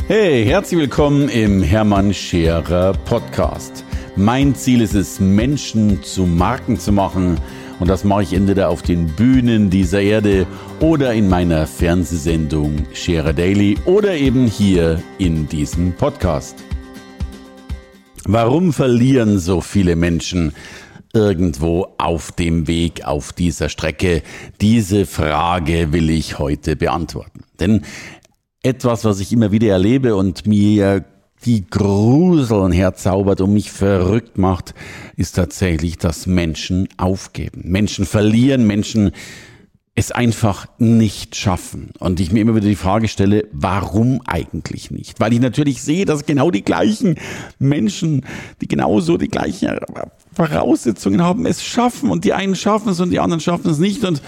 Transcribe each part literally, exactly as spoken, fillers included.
Hey, herzlich willkommen im Hermann Scherer Podcast. Mein Ziel ist es, Menschen zu Marken zu machen. Und das mache ich entweder auf den Bühnen dieser Erde oder in meiner Fernsehsendung Scherer Daily oder eben hier in diesem Podcast. Warum verlieren so viele Menschen irgendwo auf dem Weg auf dieser Strecke? Diese Frage will ich heute beantworten. Denn etwas, was ich immer wieder erlebe und mir die Gruseln herzaubert und mich verrückt macht, ist tatsächlich, dass Menschen aufgeben. Menschen verlieren, Menschen es einfach nicht schaffen. Und ich mir immer wieder die Frage stelle, warum eigentlich nicht? Weil ich natürlich sehe, dass genau die gleichen Menschen, die genauso die gleichen Voraussetzungen haben, es schaffen. Und die einen schaffen es und die anderen schaffen es nicht. Und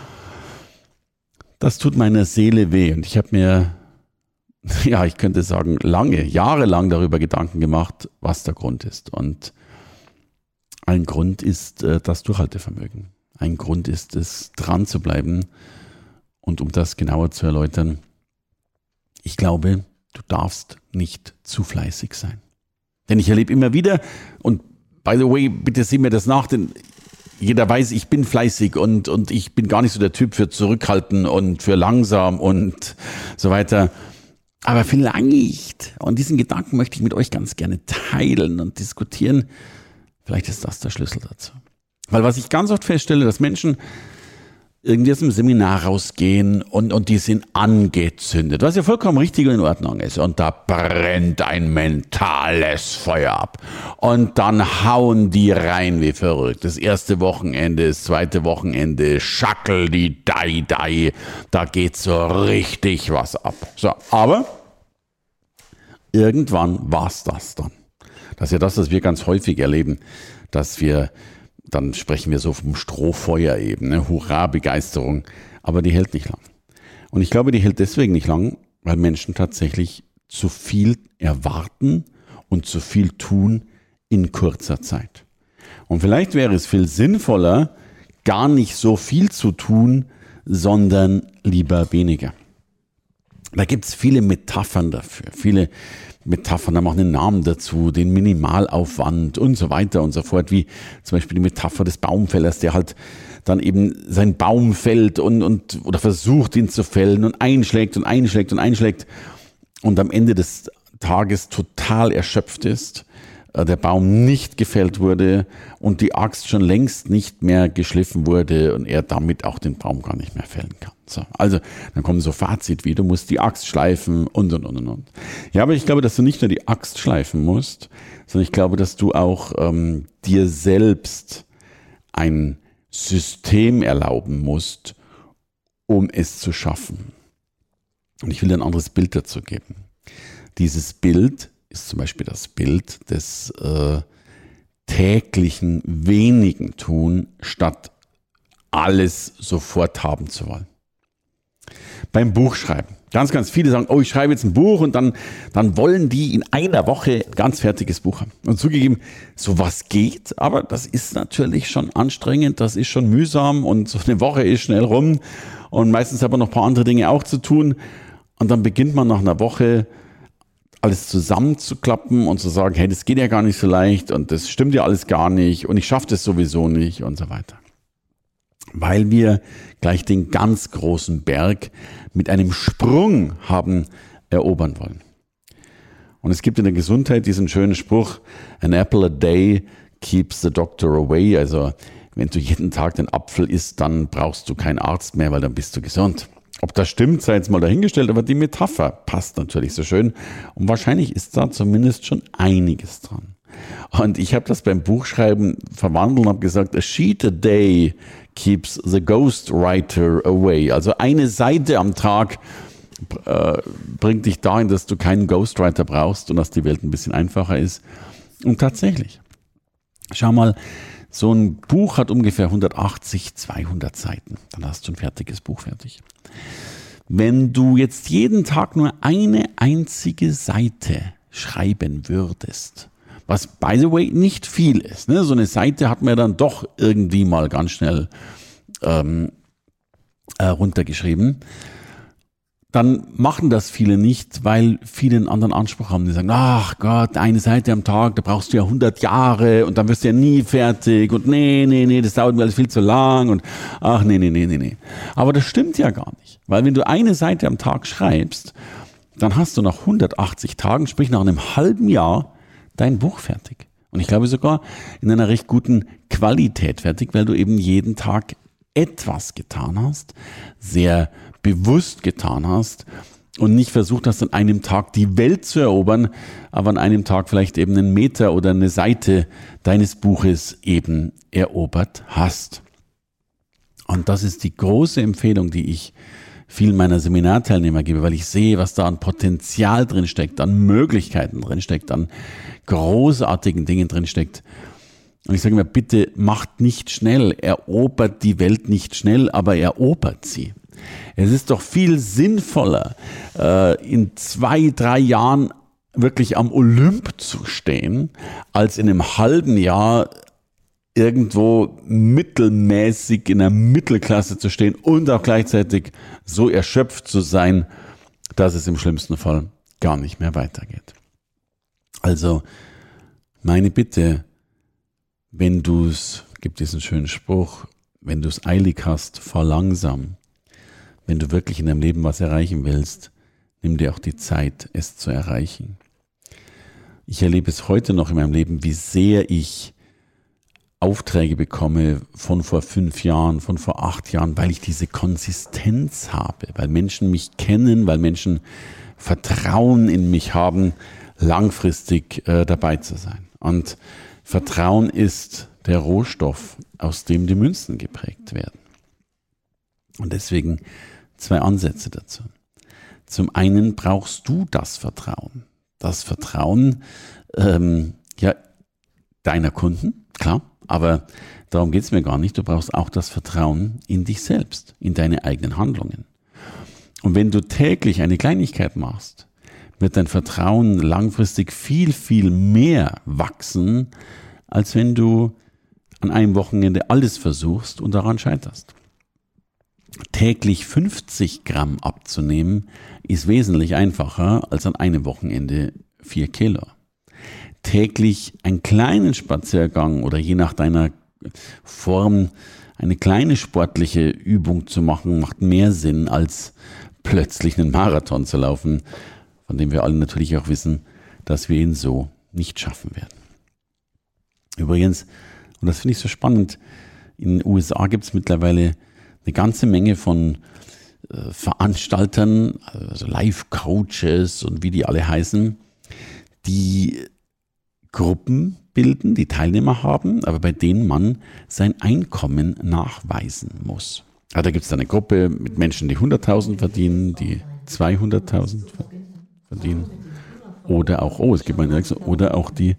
das tut meiner Seele weh. Und ich habe mir ja, ich könnte sagen, lange, jahrelang darüber Gedanken gemacht, was der Grund ist. Und ein Grund ist äh, das Durchhaltevermögen. Ein Grund ist es, dran zu bleiben. Und um das genauer zu erläutern, ich glaube, du darfst nicht zu fleißig sein. Denn ich erlebe immer wieder, und by the way, bitte sieh mir das nach, denn jeder weiß, ich bin fleißig und, und ich bin gar nicht so der Typ für zurückhalten und für langsam und so weiter. Aber vielleicht, und diesen Gedanken möchte ich mit euch ganz gerne teilen und diskutieren, vielleicht ist das der Schlüssel dazu. Weil was ich ganz oft feststelle, dass Menschen irgendwie aus dem Seminar rausgehen und, und die sind angezündet, was ja vollkommen richtig und in Ordnung ist. Und da brennt ein mentales Feuer ab. Und dann hauen die rein wie verrückt. Das erste Wochenende, das zweite Wochenende, schackel die Dai Dai, da geht so richtig was ab. So, aber irgendwann war's das dann. Das ist ja das, was wir ganz häufig erleben, dass wir dann sprechen wir so vom Strohfeuer eben, ne? Hurra, Begeisterung, aber die hält nicht lang. Und ich glaube, die hält deswegen nicht lang, weil Menschen tatsächlich zu viel erwarten und zu viel tun in kurzer Zeit. Und vielleicht wäre es viel sinnvoller, gar nicht so viel zu tun, sondern lieber weniger. Da gibt es viele Metaphern dafür, viele Metaphern haben auch einen Namen dazu, den Minimalaufwand und so weiter und so fort, wie zum Beispiel die Metapher des Baumfällers, der halt dann eben seinen Baum fällt und, und oder versucht ihn zu fällen und einschlägt und einschlägt und einschlägt und am Ende des Tages total erschöpft ist, der Baum nicht gefällt wurde und die Axt schon längst nicht mehr geschliffen wurde und er damit auch den Baum gar nicht mehr fällen kann. So, also dann kommt so Fazit wie, du musst die Axt schleifen und und und und und. Ja, aber ich glaube, dass du nicht nur die Axt schleifen musst, sondern ich glaube, dass du auch ähm, dir selbst ein System erlauben musst, um es zu schaffen. Und ich will dir ein anderes Bild dazu geben. Dieses Bild ist zum Beispiel das Bild des äh, täglichen wenigen Tun, statt alles sofort haben zu wollen. Beim Buchschreiben. Ganz, ganz viele sagen, oh, ich schreibe jetzt ein Buch und dann, dann wollen die in einer Woche ein ganz fertiges Buch haben. Und zugegeben, sowas geht, aber das ist natürlich schon anstrengend, das ist schon mühsam und so eine Woche ist schnell rum und meistens hat man noch ein paar andere Dinge auch zu tun und dann beginnt man nach einer Woche alles zusammenzuklappen und zu sagen, hey, das geht ja gar nicht so leicht und das stimmt ja alles gar nicht und ich schaffe das sowieso nicht und so weiter. Weil wir gleich den ganz großen Berg mit einem Sprung haben erobern wollen. Und es gibt in der Gesundheit diesen schönen Spruch, an apple a day keeps the doctor away. Also wenn du jeden Tag den Apfel isst, dann brauchst du keinen Arzt mehr, weil dann bist du gesund. Ob das stimmt, sei jetzt mal dahingestellt, aber die Metapher passt natürlich so schön. Und wahrscheinlich ist da zumindest schon einiges dran. Und ich habe das beim Buchschreiben verwandelt und habe gesagt, a sheet a day keeps the ghostwriter away. Also eine Seite am Tag äh, bringt dich dahin, dass du keinen Ghostwriter brauchst und dass die Welt ein bisschen einfacher ist. Und tatsächlich, schau mal, so ein Buch hat ungefähr hundertachtzig, zweihundert Seiten. Dann hast du ein fertiges Buch fertig. Wenn du jetzt jeden Tag nur eine einzige Seite schreiben würdest, was by the way nicht viel ist, ne? So eine Seite hat man dann doch irgendwie mal ganz schnell ähm, äh, runtergeschrieben, dann machen das viele nicht, weil viele einen anderen Anspruch haben. Die sagen, ach Gott, eine Seite am Tag, da brauchst du ja hundert Jahre und dann wirst du ja nie fertig und nee, nee, nee, das dauert mir alles viel zu lang und ach nee, nee, nee, nee, nee. Aber das stimmt ja gar nicht, weil wenn du eine Seite am Tag schreibst, dann hast du nach hundertachtzig Tagen, sprich nach einem halben Jahr, dein Buch fertig. Und ich glaube sogar in einer recht guten Qualität fertig, weil du eben jeden Tag etwas getan hast, sehr bewusst getan hast und nicht versucht hast, an einem Tag die Welt zu erobern, aber an einem Tag vielleicht eben einen Meter oder eine Seite deines Buches eben erobert hast. Und das ist die große Empfehlung, die ich vielen meiner Seminarteilnehmer gebe, weil ich sehe, was da an Potenzial drinsteckt, an Möglichkeiten drinsteckt, an großartigen Dingen drinsteckt. Und ich sage mir, bitte macht nicht schnell, erobert die Welt nicht schnell, aber erobert sie. Es ist doch viel sinnvoller, in zwei, drei Jahren wirklich am Olymp zu stehen, als in einem halben Jahr irgendwo mittelmäßig in der Mittelklasse zu stehen und auch gleichzeitig so erschöpft zu sein, dass es im schlimmsten Fall gar nicht mehr weitergeht. Also meine Bitte, wenn du es, gibt diesen schönen Spruch, wenn du es eilig hast, fahr langsam. Wenn du wirklich in deinem Leben was erreichen willst, nimm dir auch die Zeit, es zu erreichen. Ich erlebe es heute noch in meinem Leben, wie sehr ich Aufträge bekomme von vor fünf Jahren, von vor acht Jahren, weil ich diese Konsistenz habe, weil Menschen mich kennen, weil Menschen Vertrauen in mich haben, langfristig äh, dabei zu sein. Und Vertrauen ist der Rohstoff, aus dem die Münzen geprägt werden. Und deswegen zwei Ansätze dazu. Zum einen brauchst du das Vertrauen. Das Vertrauen ähm, ja, deiner Kunden, klar, aber darum geht es mir gar nicht. Du brauchst auch das Vertrauen in dich selbst, in deine eigenen Handlungen. Und wenn du täglich eine Kleinigkeit machst, wird dein Vertrauen langfristig viel, viel mehr wachsen, als wenn du an einem Wochenende alles versuchst und daran scheiterst. Täglich fünfzig Gramm abzunehmen, ist wesentlich einfacher als an einem Wochenende vier Kilo. Täglich einen kleinen Spaziergang oder je nach deiner Form eine kleine sportliche Übung zu machen, macht mehr Sinn, als plötzlich einen Marathon zu laufen, von dem wir alle natürlich auch wissen, dass wir ihn so nicht schaffen werden. Übrigens, und das finde ich so spannend, in den U S A gibt es mittlerweile eine ganze Menge von äh, Veranstaltern, also Life-Coaches und wie die alle heißen, die Gruppen bilden, die Teilnehmer haben, aber bei denen man sein Einkommen nachweisen muss. Ja, da gibt es dann eine Gruppe mit Menschen, die hunderttausend verdienen, die zweihunderttausend verdienen oder auch, oh, es gibt eine, oder auch die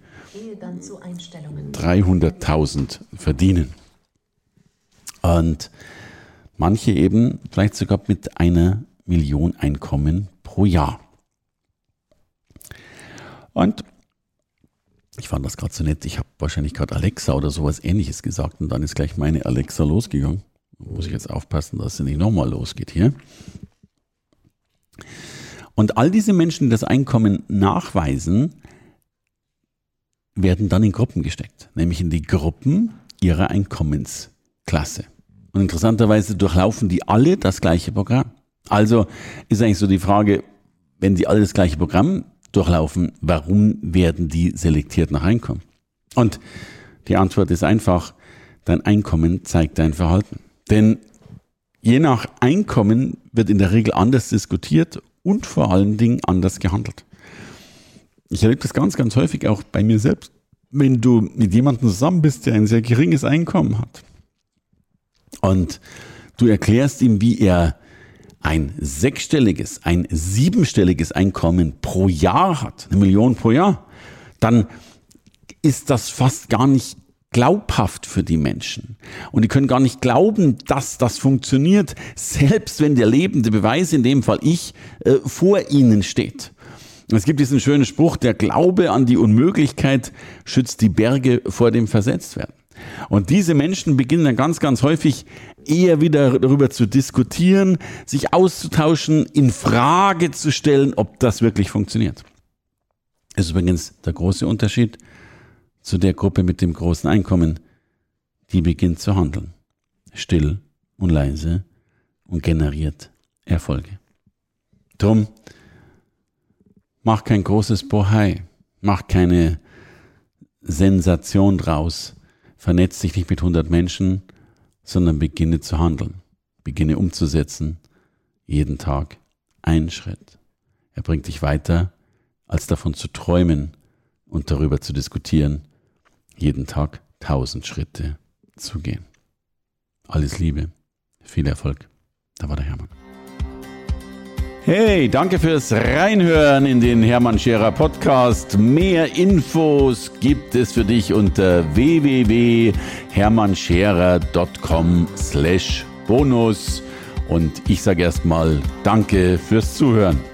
dreihunderttausend verdienen. Und manche eben vielleicht sogar mit einer Million Einkommen pro Jahr. Und ich fand das gerade so nett, ich habe wahrscheinlich gerade Alexa oder sowas Ähnliches gesagt und dann ist gleich meine Alexa losgegangen. Da muss ich jetzt aufpassen, dass sie nicht nochmal losgeht hier. Und all diese Menschen, die das Einkommen nachweisen, werden dann in Gruppen gesteckt, nämlich in die Gruppen ihrer Einkommensklasse. Und interessanterweise durchlaufen die alle das gleiche Programm. Also ist eigentlich so die Frage, wenn die alle das gleiche Programm durchlaufen, warum werden die selektiert nach Einkommen? Und die Antwort ist einfach, dein Einkommen zeigt dein Verhalten. Denn je nach Einkommen wird in der Regel anders diskutiert und vor allen Dingen anders gehandelt. Ich erlebe das ganz, ganz häufig auch bei mir selbst. Wenn du mit jemandem zusammen bist, der ein sehr geringes Einkommen hat und du erklärst ihm, wie er ein sechsstelliges, ein siebenstelliges Einkommen pro Jahr hat, eine Million pro Jahr, dann ist das fast gar nicht glaubhaft für die Menschen. Und die können gar nicht glauben, dass das funktioniert, selbst wenn der lebende Beweis, in dem Fall ich, äh, vor ihnen steht. Es gibt diesen schönen Spruch, der Glaube an die Unmöglichkeit schützt die Berge vor dem Versetztwerden. Und diese Menschen beginnen dann ganz, ganz häufig eher wieder darüber zu diskutieren, sich auszutauschen, in Frage zu stellen, ob das wirklich funktioniert. Das ist übrigens der große Unterschied zu der Gruppe mit dem großen Einkommen, die beginnt zu handeln. Still und leise und generiert Erfolge. Drum, mach kein großes Bohai, mach keine Sensation draus, vernetz dich nicht mit hundert Menschen, sondern beginne zu handeln, beginne umzusetzen, jeden Tag einen Schritt. Er bringt dich weiter, als davon zu träumen und darüber zu diskutieren, jeden Tag tausend Schritte zu gehen. Alles Liebe, viel Erfolg. Da war der Hermann. Hey, danke fürs Reinhören in den Hermann Scherer Podcast. Mehr Infos gibt es für dich unter w w w punkt hermann scherer punkt com slash bonus. Und ich sage erstmal Danke fürs Zuhören.